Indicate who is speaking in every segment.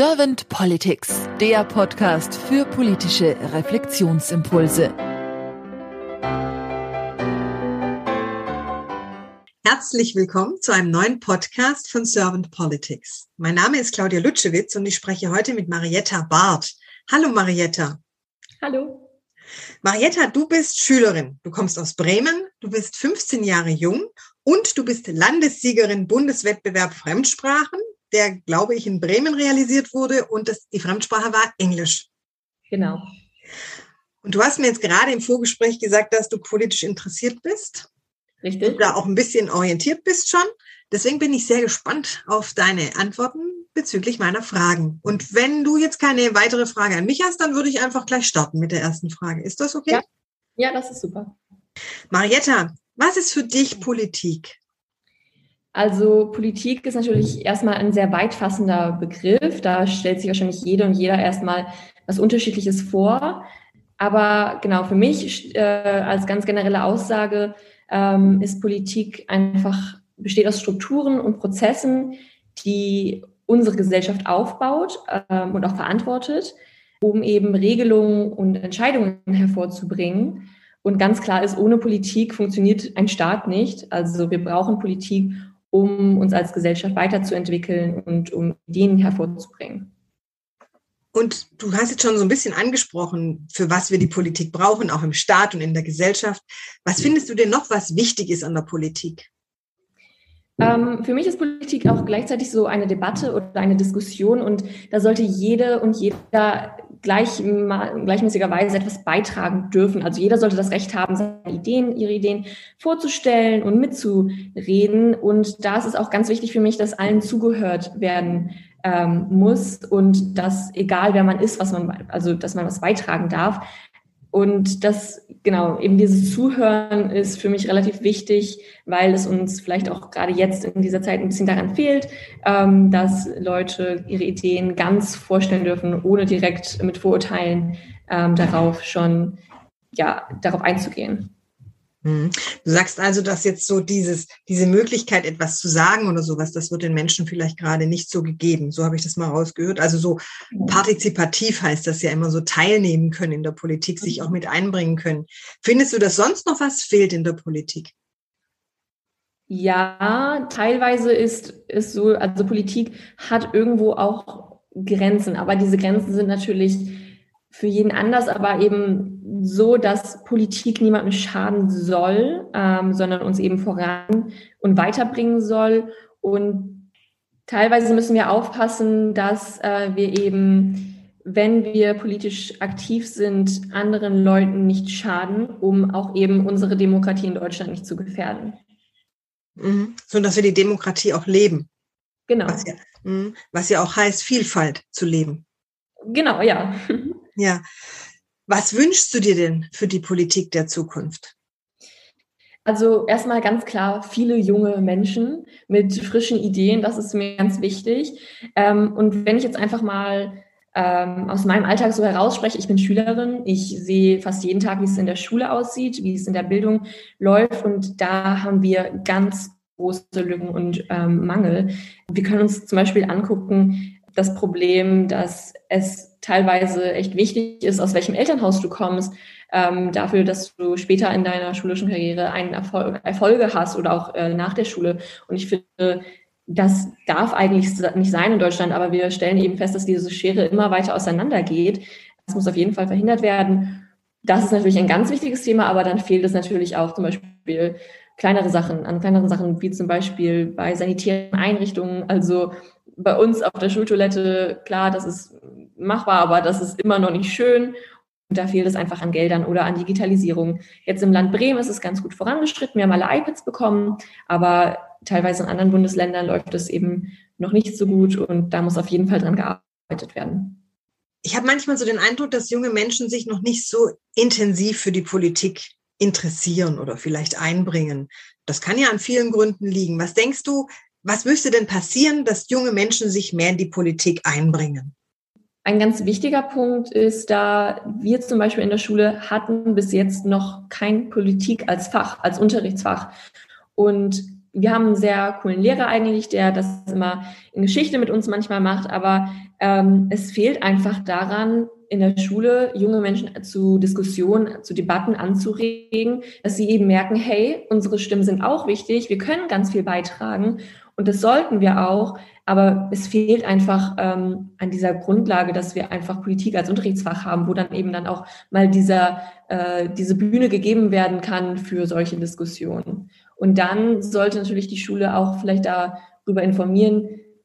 Speaker 1: Servant Politics, der Podcast für politische Reflexionsimpulse.
Speaker 2: Herzlich willkommen zu einem neuen Podcast von Servant Politics. Mein Name ist Claudia Lutschewitz und ich spreche heute mit Marietta Barth. Hallo Marietta.
Speaker 3: Hallo.
Speaker 2: Marietta, du bist Schülerin. Du kommst aus Bremen, du bist 15 Jahre jung und du bist Landessiegerin Bundeswettbewerb Fremdsprachen, der, glaube ich, in Bremen realisiert wurde und die Fremdsprache war Englisch.
Speaker 3: Genau.
Speaker 2: Und du hast mir jetzt gerade im Vorgespräch gesagt, dass du politisch interessiert bist.
Speaker 3: Richtig.
Speaker 2: Und da auch ein bisschen orientiert bist schon. Deswegen bin ich sehr gespannt auf deine Antworten bezüglich meiner Fragen. Und wenn du jetzt keine weitere Frage an mich hast, dann würde ich einfach gleich starten mit der ersten Frage. Ist das okay?
Speaker 3: Ja, das ist super.
Speaker 2: Marietta, was ist für dich Politik?
Speaker 3: Also Politik ist natürlich erstmal ein sehr weitfassender Begriff. Da stellt sich wahrscheinlich jede und jeder erstmal was Unterschiedliches vor. Aber genau, für mich als ganz generelle Aussage ist Politik besteht aus Strukturen und Prozessen, die unsere Gesellschaft aufbaut und auch verantwortet, um eben Regelungen und Entscheidungen hervorzubringen. Und ganz klar ist, ohne Politik funktioniert ein Staat nicht. Also wir brauchen Politik, um uns als Gesellschaft weiterzuentwickeln und um Ideen hervorzubringen.
Speaker 2: Und du hast jetzt schon so ein bisschen angesprochen, für was wir die Politik brauchen, auch im Staat und in der Gesellschaft. Was findest du denn noch, was wichtig ist an der Politik?
Speaker 3: Für mich ist Politik auch gleichzeitig so eine Debatte oder eine Diskussion und da sollte jede und jeder gleichmäßigerweise etwas beitragen dürfen. Also jeder sollte das Recht haben, ihre Ideen vorzustellen und mitzureden. Und da ist es auch ganz wichtig für mich, dass allen zugehört werden muss und dass, egal wer man ist, dass man was beitragen darf. Und eben dieses Zuhören ist für mich relativ wichtig, weil es uns vielleicht auch gerade jetzt in dieser Zeit ein bisschen daran fehlt, dass Leute ihre Ideen ganz vorstellen dürfen, ohne direkt mit Vorurteilen darauf einzugehen.
Speaker 2: Du sagst also, dass jetzt so diese Möglichkeit, etwas zu sagen oder sowas, das wird den Menschen vielleicht gerade nicht so gegeben. So habe ich das mal rausgehört. Also so partizipativ heißt das ja immer, so teilnehmen können in der Politik, sich auch mit einbringen können. Findest du, dass sonst noch was fehlt in der Politik?
Speaker 3: Ja, teilweise ist es so, also Politik hat irgendwo auch Grenzen, aber diese Grenzen sind natürlich für jeden anders, aber eben so, dass Politik niemandem schaden soll, sondern uns eben voran und weiterbringen soll. Und teilweise müssen wir aufpassen, dass wir eben, wenn wir politisch aktiv sind, anderen Leuten nicht schaden, um auch eben unsere Demokratie in Deutschland nicht zu gefährden.
Speaker 2: So, dass wir die Demokratie auch leben.
Speaker 3: Genau.
Speaker 2: Was ja auch heißt, Vielfalt zu leben.
Speaker 3: Genau, ja.
Speaker 2: Ja. Was wünschst du dir denn für die Politik der Zukunft?
Speaker 3: Also erstmal ganz klar viele junge Menschen mit frischen Ideen, das ist mir ganz wichtig. Und wenn ich jetzt einfach mal aus meinem Alltag so herausspreche, ich bin Schülerin, ich sehe fast jeden Tag, wie es in der Schule aussieht, wie es in der Bildung läuft und da haben wir ganz große Lücken und Mangel. Wir können uns zum Beispiel angucken, das Problem, dass es teilweise echt wichtig ist, aus welchem Elternhaus du kommst, dafür, dass du später in deiner schulischen Karriere Erfolge hast oder auch nach der Schule. Und ich finde, das darf eigentlich nicht sein in Deutschland, aber wir stellen eben fest, dass diese Schere immer weiter auseinandergeht. Das muss auf jeden Fall verhindert werden. Das ist natürlich ein ganz wichtiges Thema, aber dann fehlt es natürlich auch zum Beispiel kleinere Sachen wie zum Beispiel bei sanitären Einrichtungen. Also bei uns auf der Schultoilette, klar, das ist machbar, aber das ist immer noch nicht schön. Und da fehlt es einfach an Geldern oder an Digitalisierung. Jetzt im Land Bremen ist es ganz gut vorangeschritten. Wir haben alle iPads bekommen, aber teilweise in anderen Bundesländern läuft es eben noch nicht so gut und da muss auf jeden Fall dran gearbeitet werden.
Speaker 2: Ich habe manchmal so den Eindruck, dass junge Menschen sich noch nicht so intensiv für die Politik interessieren oder vielleicht einbringen. Das kann ja an vielen Gründen liegen. Was denkst du, was müsste denn passieren, dass junge Menschen sich mehr in die Politik einbringen?
Speaker 3: Ein ganz wichtiger Punkt ist, da wir zum Beispiel in der Schule hatten bis jetzt noch kein Politik als Fach, als Unterrichtsfach. Und wir haben einen sehr coolen Lehrer eigentlich, der das immer in Geschichte mit uns manchmal macht, aber es fehlt einfach daran, in der Schule junge Menschen zu Diskussionen, zu Debatten anzuregen, dass sie eben merken, hey, unsere Stimmen sind auch wichtig, wir können ganz viel beitragen und das sollten wir auch, aber es fehlt einfach an dieser Grundlage, dass wir einfach Politik als Unterrichtsfach haben, wo dann eben dann auch mal diese Bühne gegeben werden kann für solche Diskussionen. Und dann sollte natürlich die Schule auch vielleicht darüber informieren,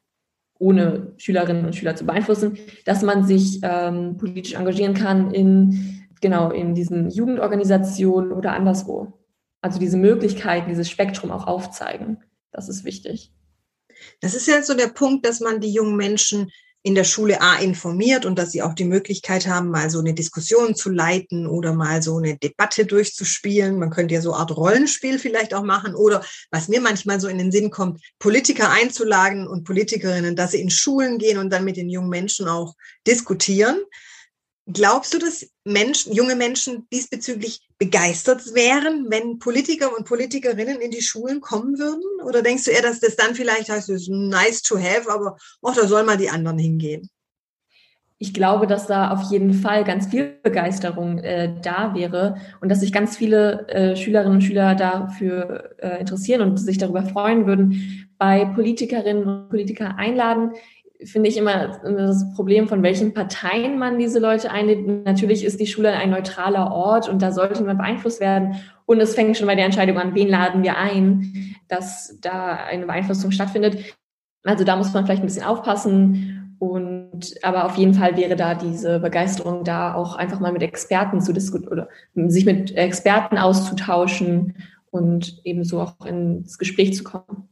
Speaker 3: ohne Schülerinnen und Schüler zu beeinflussen, dass man sich politisch engagieren kann in diesen Jugendorganisationen oder anderswo. Also diese Möglichkeiten, dieses Spektrum auch aufzeigen. Das ist wichtig.
Speaker 2: Das ist ja so der Punkt, dass man die jungen Menschen in der Schule informiert und dass sie auch die Möglichkeit haben, mal so eine Diskussion zu leiten oder mal so eine Debatte durchzuspielen. Man könnte ja so eine Art Rollenspiel vielleicht auch machen oder was mir manchmal so in den Sinn kommt, Politiker einzuladen und Politikerinnen, dass sie in Schulen gehen und dann mit den jungen Menschen auch diskutieren. Glaubst du, dass junge Menschen diesbezüglich begeistert wären, wenn Politiker und Politikerinnen in die Schulen kommen würden? Oder denkst du eher, dass das dann vielleicht heißt, es ist nice to have, aber da sollen mal die anderen hingehen?
Speaker 3: Ich glaube, dass da auf jeden Fall ganz viel Begeisterung da wäre und dass sich ganz viele Schülerinnen und Schüler dafür interessieren und sich darüber freuen würden. Bei Politikerinnen und Politikern einladen, finde ich immer das Problem, von welchen Parteien man diese Leute einlädt. Natürlich ist die Schule ein neutraler Ort und da sollte man beeinflusst werden. Und es fängt schon bei der Entscheidung an, wen laden wir ein, dass da eine Beeinflussung stattfindet. Also da muss man vielleicht ein bisschen aufpassen. Aber auf jeden Fall wäre da diese Begeisterung da, auch einfach mal mit Experten zu diskutieren oder sich mit Experten auszutauschen und ebenso auch ins Gespräch zu kommen.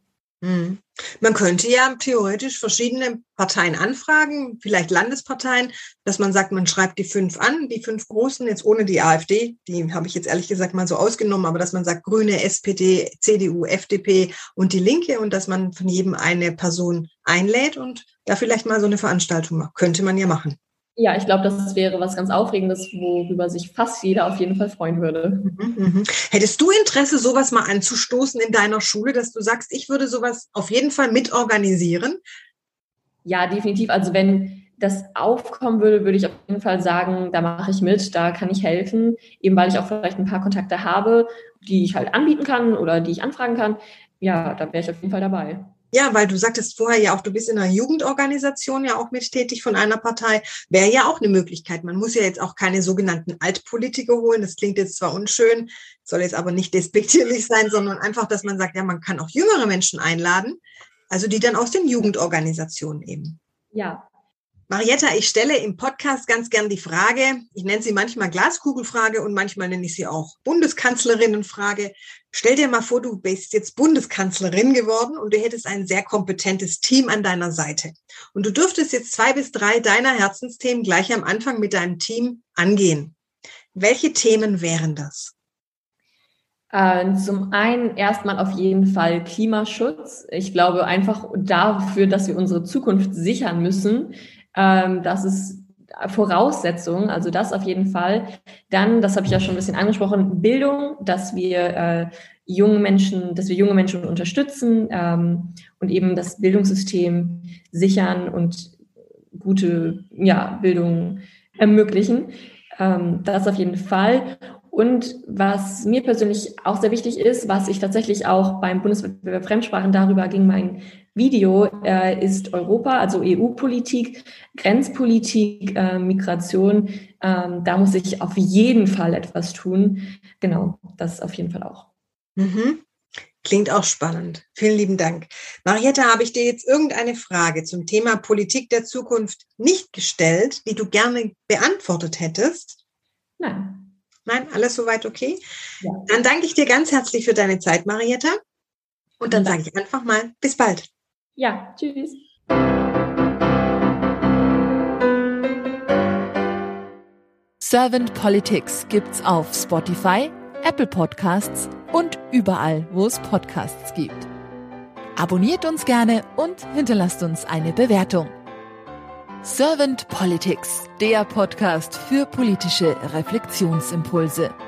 Speaker 2: Man könnte ja theoretisch verschiedene Parteien anfragen, vielleicht Landesparteien, dass man sagt, man schreibt die 5 an, die 5 großen, jetzt ohne die AfD, die habe ich jetzt ehrlich gesagt mal so ausgenommen, aber dass man sagt Grüne, SPD, CDU, FDP und die Linke und dass man von jedem eine Person einlädt und da vielleicht mal so eine Veranstaltung macht. Könnte man ja machen.
Speaker 3: Ja, ich glaube, das wäre was ganz Aufregendes, worüber sich fast jeder auf jeden Fall freuen würde.
Speaker 2: Hättest du Interesse, sowas mal anzustoßen in deiner Schule, dass du sagst, ich würde sowas auf jeden Fall mitorganisieren?
Speaker 3: Ja, definitiv. Also wenn das aufkommen würde, würde ich auf jeden Fall sagen, da mache ich mit, da kann ich helfen, eben weil ich auch vielleicht ein paar Kontakte habe, die ich halt anbieten kann oder die ich anfragen kann. Ja, da wäre ich auf jeden Fall dabei.
Speaker 2: Ja, weil du sagtest vorher ja auch, du bist in einer Jugendorganisation ja auch mit tätig von einer Partei. Wäre ja auch eine Möglichkeit. Man muss ja jetzt auch keine sogenannten Altpolitiker holen. Das klingt jetzt zwar unschön, soll jetzt aber nicht despektierlich sein, sondern einfach, dass man sagt, ja, man kann auch jüngere Menschen einladen, also die dann aus den Jugendorganisationen eben.
Speaker 3: Ja.
Speaker 2: Marietta, ich stelle im Podcast ganz gern die Frage, ich nenne sie manchmal Glaskugelfrage und manchmal nenne ich sie auch Bundeskanzlerinnenfrage. Stell dir mal vor, du bist jetzt Bundeskanzlerin geworden und du hättest ein sehr kompetentes Team an deiner Seite. Und du dürftest jetzt 2 bis 3 deiner Herzensthemen gleich am Anfang mit deinem Team angehen. Welche Themen wären das?
Speaker 3: Zum einen erstmal auf jeden Fall Klimaschutz. Ich glaube einfach dafür, dass wir unsere Zukunft sichern müssen. Das ist Voraussetzung, also das auf jeden Fall. Dann, das habe ich ja schon ein bisschen angesprochen, Bildung, dass wir junge Menschen unterstützen und eben das Bildungssystem sichern und gute Bildung ermöglichen. Das auf jeden Fall. Und was mir persönlich auch sehr wichtig ist, was ich tatsächlich auch beim Bundeswettbewerb Fremdsprachen, darüber ging mein Video, ist Europa, also EU-Politik, Grenzpolitik, Migration. Da muss ich auf jeden Fall etwas tun. Genau, das auf jeden Fall auch.
Speaker 2: Klingt auch spannend. Vielen lieben Dank. Marietta, habe ich dir jetzt irgendeine Frage zum Thema Politik der Zukunft nicht gestellt, die du gerne beantwortet hättest?
Speaker 3: Nein.
Speaker 2: Nein, alles soweit okay?
Speaker 3: Ja.
Speaker 2: Dann danke ich dir ganz herzlich für deine Zeit, Marietta. Und dann sage ich einfach mal, bis bald.
Speaker 3: Ja, tschüss.
Speaker 1: Servant Politics gibt's auf Spotify, Apple Podcasts und überall, wo es Podcasts gibt. Abonniert uns gerne und hinterlasst uns eine Bewertung. Servant Politics, der Podcast für politische Reflexionsimpulse.